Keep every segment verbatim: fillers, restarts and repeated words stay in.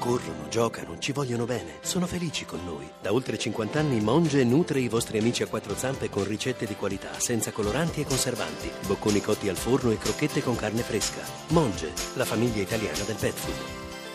corrono, giocano, ci vogliono bene, sono felici con noi. Da oltre cinquanta anni Monge nutre i vostri amici a quattro zampe con ricette di qualità, senza coloranti e conservanti, bocconi cotti al forno e crocchette con carne fresca. Monge, la famiglia italiana del pet food.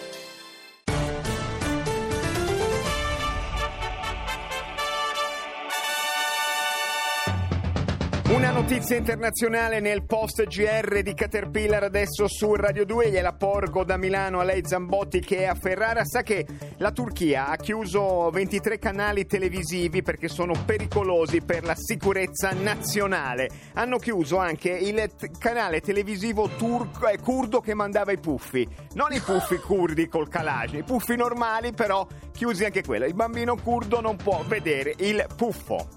Una notizia internazionale nel post G R di Caterpillar adesso su Radio due, gliela porgo da Milano a lei Zambotti che è a Ferrara. Sa che la Turchia ha chiuso ventitré canali televisivi perché sono pericolosi per la sicurezza nazionale. Hanno chiuso anche il t- canale televisivo turco e curdo che mandava i puffi, non i puffi curdi col Kalash, i puffi normali, però chiusi anche quello. Il bambino curdo non può vedere il puffo.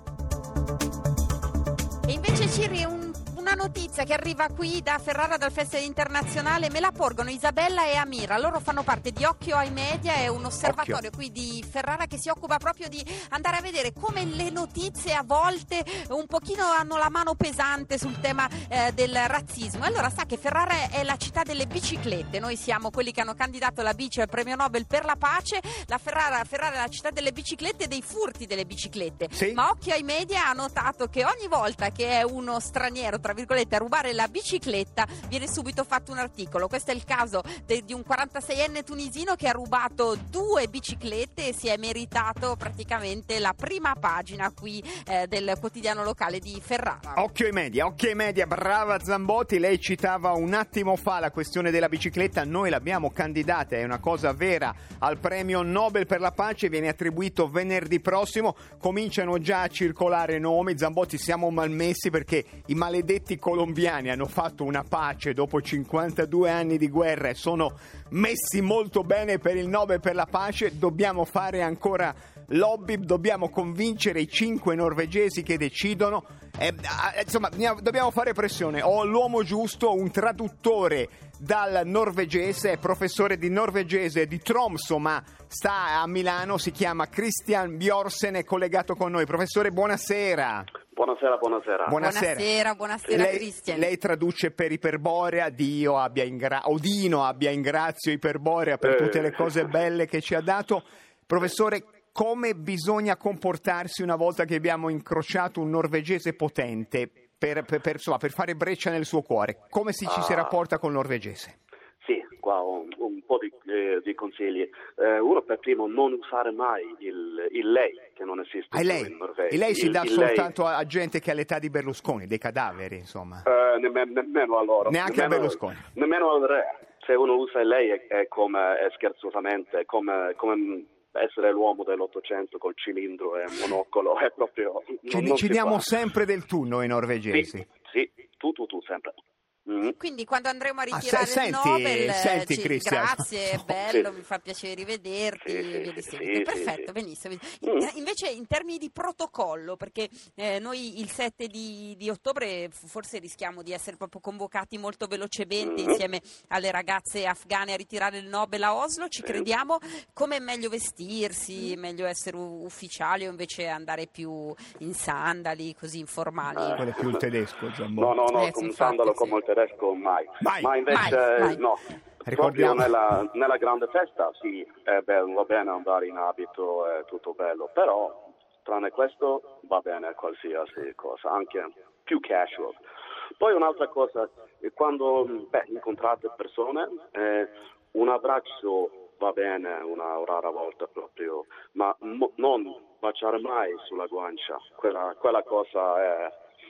E invece Ciri, un, una notizia che arriva qui da Ferrara dal Festival Internazionale, me la porgono Isabella e Amira, loro fanno parte di Occhio ai Media, è un osservatorio Occhio. qui di Ferrara che si occupa proprio di andare a vedere come le notizie a volte un pochino hanno la mano pesante sul tema eh, del razzismo. Allora sa che Ferrara è la città delle biciclette, noi siamo quelli che hanno candidato la bici al premio Nobel per la pace, la Ferrara, Ferrara è la città delle biciclette e dei furti delle biciclette, sì. Ma Occhio ai Media ha notato che ogni volta che è uno straniero, tra virgolette, a rubare la bicicletta viene subito fatto un articolo. Questo è il caso de, di un quarantaseienne tunisino che ha rubato due biciclette e si è meritato praticamente la prima pagina qui eh, del quotidiano locale di Ferrara. Occhio ai Media, occhio ai Media, brava Zambotti, lei citava un attimo fa la questione della bicicletta, noi l'abbiamo candidata, è una cosa vera, al premio Nobel per la pace, viene attribuito venerdì prossimo, cominciano già a circolare nomi. Zambotti, siamo malmessi perché i maledetti colombiani hanno fatto una pace dopo cinquantadue anni di guerra e sono messi molto bene per il Nobel per la pace. Dobbiamo fare ancora lobby, dobbiamo convincere i cinque norvegesi che decidono, eh, insomma dobbiamo fare pressione. Ho l'uomo giusto, un traduttore dal norvegese, è professore di norvegese di Tromsø ma sta a Milano, si chiama Christian Bjørsen, è collegato con noi. Professore, buonasera. Buonasera, buonasera. Buonasera, buonasera, buonasera lei, Christian. Lei traduce per Iperborea, Dio abbia in gra- Odino abbia in grazia Iperborea per eh. tutte le cose belle che ci ha dato. Professore, come bisogna comportarsi una volta che abbiamo incrociato un norvegese potente per, per, per, insomma, per fare breccia nel suo cuore? Come si ci ah. si rapporta col norvegese? Sì, qua ho un, un po' di, eh, di consigli. Eh, uno, per primo, non usare mai il, il lei, che non esiste ah, lei. in Norvegia. E lei si il, dà il soltanto lei. a gente che ha l'età di Berlusconi, dei cadaveri, insomma. Eh, nemm- nemmeno a loro. Neanche nemmeno, a Berlusconi. Nemmeno al re. Se uno usa il lei è, è come è scherzosamente, è come... come essere l'uomo dell'Ottocento col cilindro e monocolo è proprio... Ci, non, non ci diamo fa. sempre del tu noi norvegesi. Sì, sì, tu, tu, tu, sempre. Mm. Quindi quando andremo a ritirare ah, se, il senti, Nobel senti, ci, Cristian. grazie, è bello, sì. mi fa piacere rivederti, sì, via di sì, seguito. sì, Perfetto, sì. benissimo. Mm. Invece in termini di protocollo, perché eh, noi il sette di, di ottobre forse rischiamo di essere proprio convocati molto velocemente mm. insieme alle ragazze afghane a ritirare il Nobel a Oslo, ci sì. crediamo? Come è meglio vestirsi, è meglio essere ufficiali o invece andare più in sandali, così informali? Quello è più il tedesco, Zambo. No, no, no, Eh, con un infatti, sandalo sì. come il tedesco mai. Mai. Ma invece Mai, mai. no. Ricordiamo. Proprio nella, nella grande festa sì, è bello, va bene andare in abito, è tutto bello, però tranne questo va bene qualsiasi cosa, anche più casual. Poi un'altra cosa, quando beh, incontrate persone, eh, un abbraccio va bene una rara volta proprio, ma mo- non baciare mai sulla guancia, quella, quella cosa è...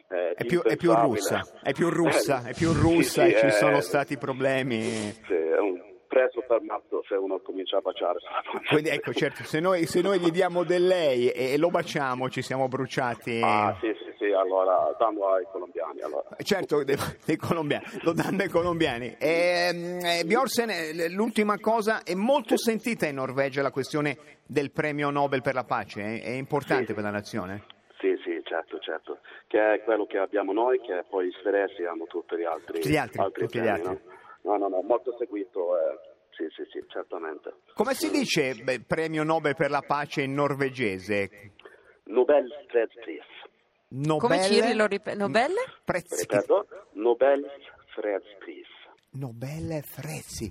È più, è più russa, è più russa, è più russa sì, sì, e ci è, sono stati problemi. Sì, è un preso per matto se uno comincia a baciare. Quindi ecco, certo, se noi, se noi gli diamo del lei e lo baciamo ci siamo bruciati. Ah sì, sì, sì, allora danno ai colombiani. Allora. Certo, dei, dei colombiani, lo danno ai colombiani. E, e, Bjørsen, l'ultima cosa, è molto sentita in Norvegia la questione del premio Nobel per la pace, è, è importante sì, per la nazione? Sì, sì, certo, certo, che è quello che abbiamo noi, che poi i svedesi hanno tutti gli altri. Tutti gli altri, altri tutti gli piani, altri. No? no, no, no, molto seguito, eh, sì, sì, sì, certamente. Come si dice beh, premio Nobel per la pace in norvegese? Nobel Fredspris. Nobel... Come Ciri lo ripete? Nobel? Prezzi. Ripeto, Nobel Fredspris. Nobel Frezzi.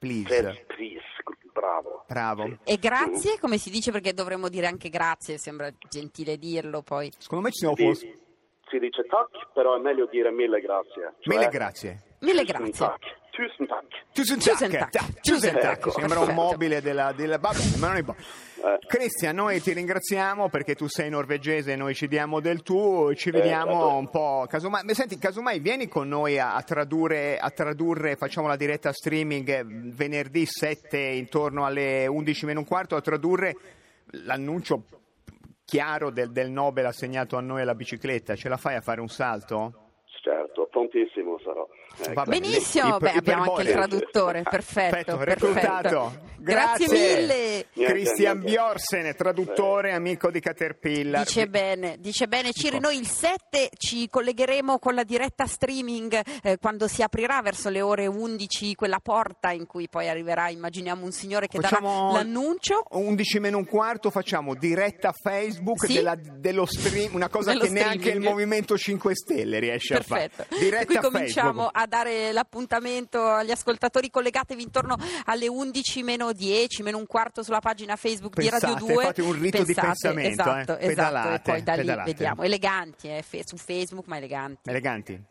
please. Very please, bravo. Bravo. Sì. E grazie, come si dice? Perché dovremmo dire anche grazie, sembra gentile dirlo poi. Secondo me ci siamo Sì, forse... si dice tac, però è meglio dire mille grazie. Cioè, Mille grazie. Mille tusen grazie. tac, tusen tac. Tusen Tusen tac, tac. tac, tusen Tusen tac. tac. Sembra un Perfetto. mobile della... della... Va bene, ma non è buono. Eh. Cristian, noi ti ringraziamo perché tu sei norvegese, noi ci diamo del tu, ci vediamo certo. un po'. Casomai, beh, senti, casomai vieni con noi a, a tradurre, a tradurre, facciamo la diretta streaming eh, venerdì sette intorno alle undici meno un quarto a tradurre l'annuncio chiaro del, del Nobel assegnato a noi alla bicicletta. Ce la fai a fare un salto? Certo, prontissimo sarò. Ecco. Va bene. Benissimo, I- beh, i- abbiamo anche il iperbole. traduttore, perfetto, Perfetto, reclutato. perfetto. Grazie Grazie. mille. Niente, Cristian niente. Bjorsen, traduttore, amico di Caterpillar. Dice bene, dice bene Ciri, noi il sette ci collegheremo con la diretta streaming eh, quando si aprirà verso le ore undici quella porta in cui poi arriverà, immaginiamo, un signore che Facciamo darà l'annuncio. undici meno un quarto facciamo diretta Facebook Sì. della- dello stream, una cosa Dello che neanche il streaming. Movimento cinque Stelle riesce Perfetto. a fare. Diretta E qui cominciamo Facebook. a dare l'appuntamento agli ascoltatori, collegatevi intorno alle undici meno dieci, meno un quarto sulla pagina Facebook Pensate, di Radio due. fate un rito di pensamento, esatto, eh. esatto, Pedalate, e poi da lì pedalate. vediamo. Eleganti, eh, fe- su Facebook, ma eleganti. Eleganti.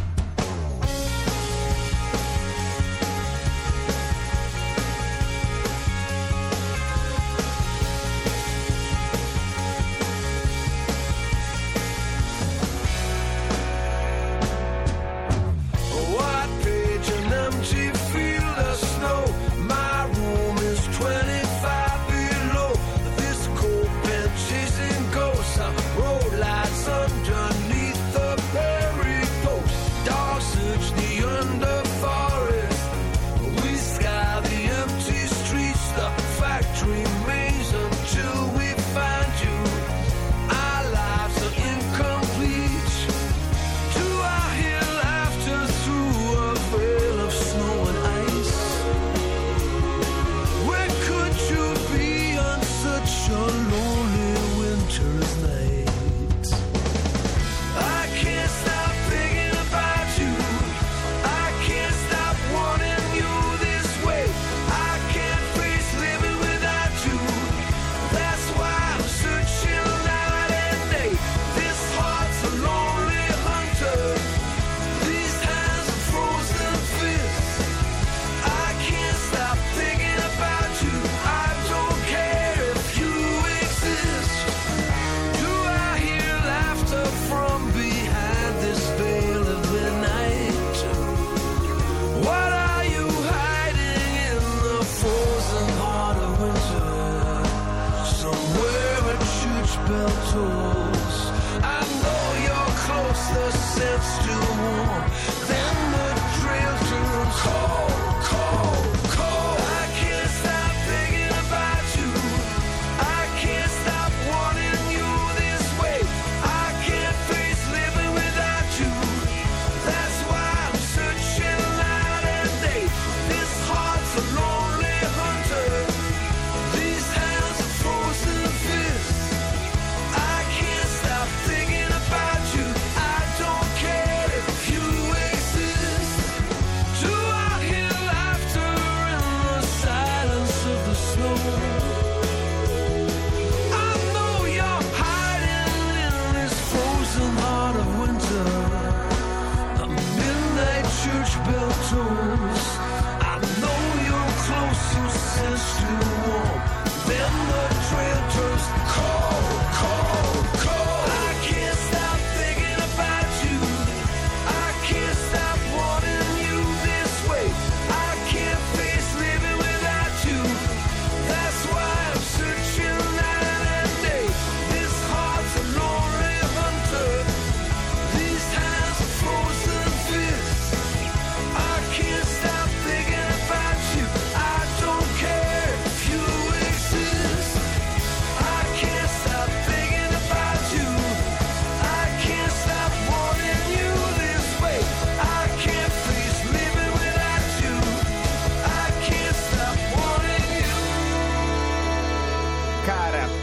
White page and empty field of snow. My room is twenty-five below. This cold been chasing ghosts. Some road lights underneath the prairie post. Dogs search the under forest. We sky the empty streets, the factory maze until we find you. Our lives are incomplete. Do I hear laughter through a veil of snow and ice? Where could you be on such a lonely winter's night? I can't stop thinking about you. I can't stop wanting you this way. I can't face living without you.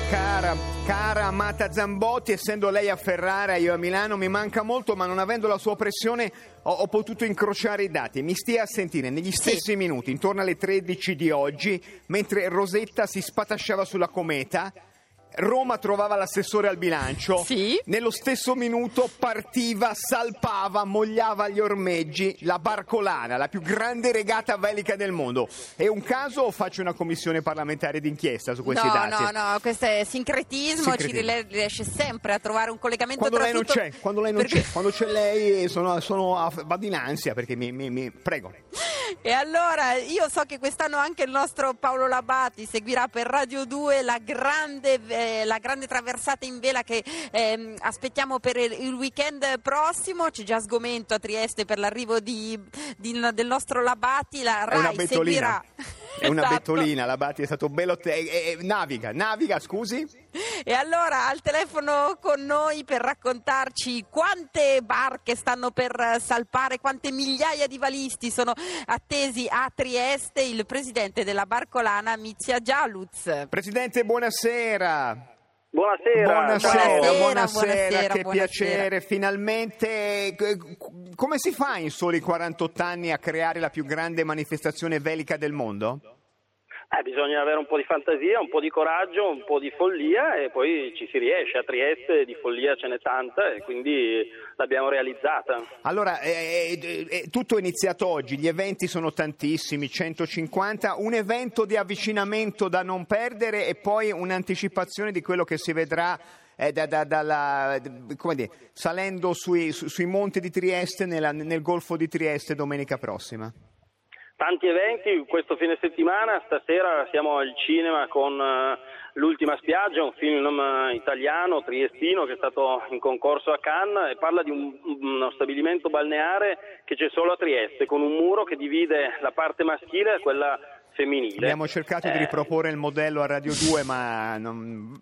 Cara, cara amata Zambotti, essendo lei a Ferrara, io a Milano, mi manca molto, ma non avendo la sua pressione ho, ho potuto incrociare i dati. Mi stia a sentire negli stessi sì. minuti, intorno alle tredici di oggi, mentre Rosetta si spatasciava sulla cometa, Roma trovava l'assessore al bilancio, sì. nello stesso minuto partiva, salpava, mogliava gli ormeggi la Barcolana, la più grande regata velica del mondo. È un caso o faccio una commissione parlamentare d'inchiesta su questi no, dati? No, no, questo è sincretismo, sincretismo. ci riesce sempre a trovare un collegamento quando tra lei non tutto... c'è, quando lei non perché... c'è, quando c'è lei sono, sono a, vado in ansia perché mi, mi, mi prego. E allora io so che quest'anno anche il nostro Paolo Labati seguirà per Radio due la grande, eh, la grande traversata in vela che eh, aspettiamo per il weekend prossimo. C'è già sgomento a Trieste per l'arrivo di, di, del nostro Labati, la RAI seguirà. È una esatto. bettolina, Labati è stato bello, te- e, e, naviga, naviga, scusi? E allora al telefono con noi per raccontarci quante barche stanno per salpare, quante migliaia di valisti sono attesi a Trieste, il presidente della Barcolana, Mizia Gialuz. Presidente, buonasera. Buonasera. Buonasera, buonasera, buonasera, buonasera, che buonasera. piacere. Finalmente, come si fa in soli quarantotto anni a creare la più grande manifestazione velica del mondo? Eh, bisogna avere un po' di fantasia, un po' di coraggio, un po' di follia e poi ci si riesce. A Trieste di follia ce n'è tanta e quindi l'abbiamo realizzata. Allora, eh, eh, tutto è iniziato oggi, gli eventi sono tantissimi, centocinquanta, un evento di avvicinamento da non perdere e poi un'anticipazione di quello che si vedrà eh, da, da, dalla, come dire, salendo sui, su, sui monti di Trieste, nella, nel Golfo di Trieste domenica prossima. Tanti eventi questo fine settimana, stasera siamo al cinema con uh, L'ultima spiaggia, un film uh, italiano, triestino, che è stato in concorso a Cannes e parla di un, uno stabilimento balneare che c'è solo a Trieste, con un muro che divide la parte maschile da quella femminile. Abbiamo cercato eh... di riproporre il modello a Radio due, ma non...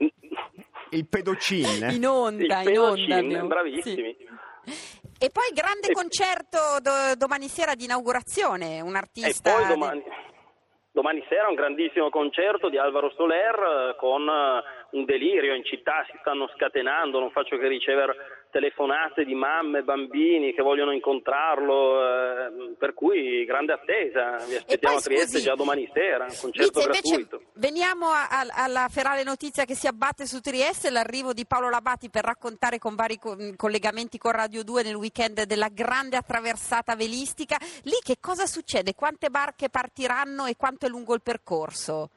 il pedocin. In onda, il in onda. pedocin, bravissimi. Sì. E poi grande concerto do, domani sera di inaugurazione, un artista... E poi domani, domani sera un grandissimo concerto di Alvaro Soler con un delirio, in città si stanno scatenando, non faccio che ricevere telefonate di mamme e bambini che vogliono incontrarlo, eh, per cui grande attesa, vi aspettiamo poi, a Trieste già domani sera, un concerto Vizia, gratuito. Veniamo a, a, alla ferale notizia che si abbatte su Trieste, l'arrivo di Paolo Labati per raccontare con vari co- collegamenti con Radio due nel weekend della grande attraversata velistica. Lì che cosa succede? Quante barche partiranno e quanto è lungo il percorso?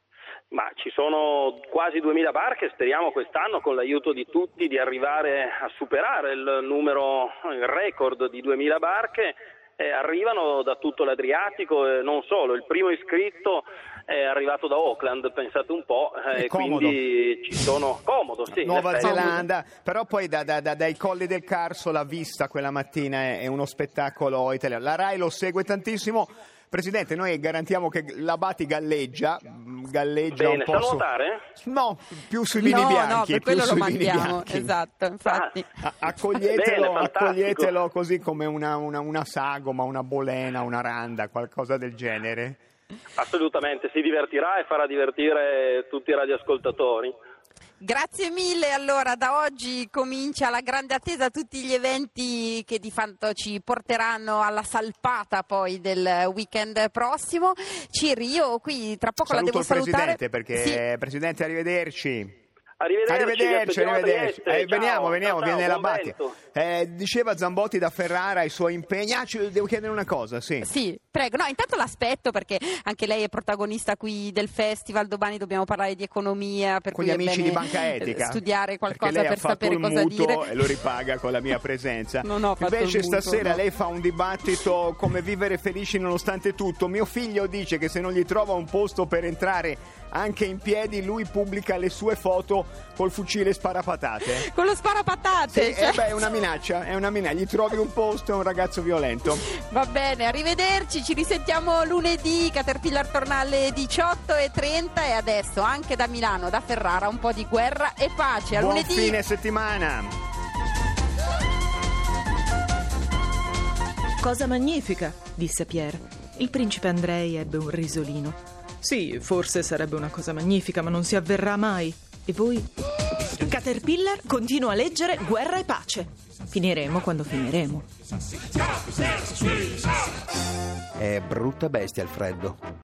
Ma ci sono quasi duemila barche, speriamo quest'anno con l'aiuto di tutti di arrivare a superare il numero, il record di duemila barche. Eh, arrivano da tutto l'Adriatico e non solo, il primo iscritto è arrivato da Auckland, pensate un po', eh, quindi ci sono comodo, sì, Nuova Zelanda, però poi da, da, da, dai colli del Carso la vista quella mattina è, è uno spettacolo italiano. La RAI lo segue tantissimo. Presidente, noi garantiamo che Labati galleggia, galleggia Bene, un po' sa su... nuotare? No, più sui vini no, bianchi. No, per più quello sui lo vini mandiamo, bianchi. esatto, infatti. Ah, accoglietelo, Bene, accoglietelo così come una, una, una sagoma, una bolena, una randa, qualcosa del genere. Assolutamente, si divertirà e farà divertire tutti i radioascoltatori. Grazie mille, allora da oggi comincia la grande attesa, tutti gli eventi che di fatto ci porteranno alla salpata poi del weekend prossimo. Ciri, io qui tra poco Saluto la devo salutare. Saluto il Presidente perché, sì. Presidente, arrivederci. Arrivederci, arrivederci, arrivederci. Eh, veniamo, ciao, veniamo, ciao, viene ciao, Labati. Eh, diceva Zambotti da Ferrara i suoi impegni. Ah, ci, devo chiedere una cosa, sì. Sì, prego. No, intanto l'aspetto perché anche lei è protagonista qui del festival. Domani dobbiamo parlare di economia, per con cui gli è amici bene di Banca Etica. Studiare qualcosa per sapere cosa dire. E lo ripaga con la mia presenza. Non ho fatto Invece il mutuo, stasera no. lei fa un dibattito come vivere felici nonostante tutto. Mio figlio dice che se non gli trova un posto per entrare anche in piedi, lui pubblica le sue foto col fucile sparapatate. Con lo sparapatate? Sì, cioè... eh beh, è una minaccia, è una minaccia. Gli trovi un posto, è un ragazzo violento. Va bene, arrivederci, ci risentiamo lunedì. Caterpillar torna alle diciotto e trenta e adesso anche da Milano, da Ferrara, un po' di guerra e pace. A Buon lunedì. fine settimana. Cosa magnifica, disse Pierre. Il principe Andrei ebbe un risolino. Sì, forse sarebbe una cosa magnifica, ma non si avverrà mai. E voi? Caterpillar continua a leggere Guerra e pace. Finiremo quando finiremo. È brutta bestia il freddo.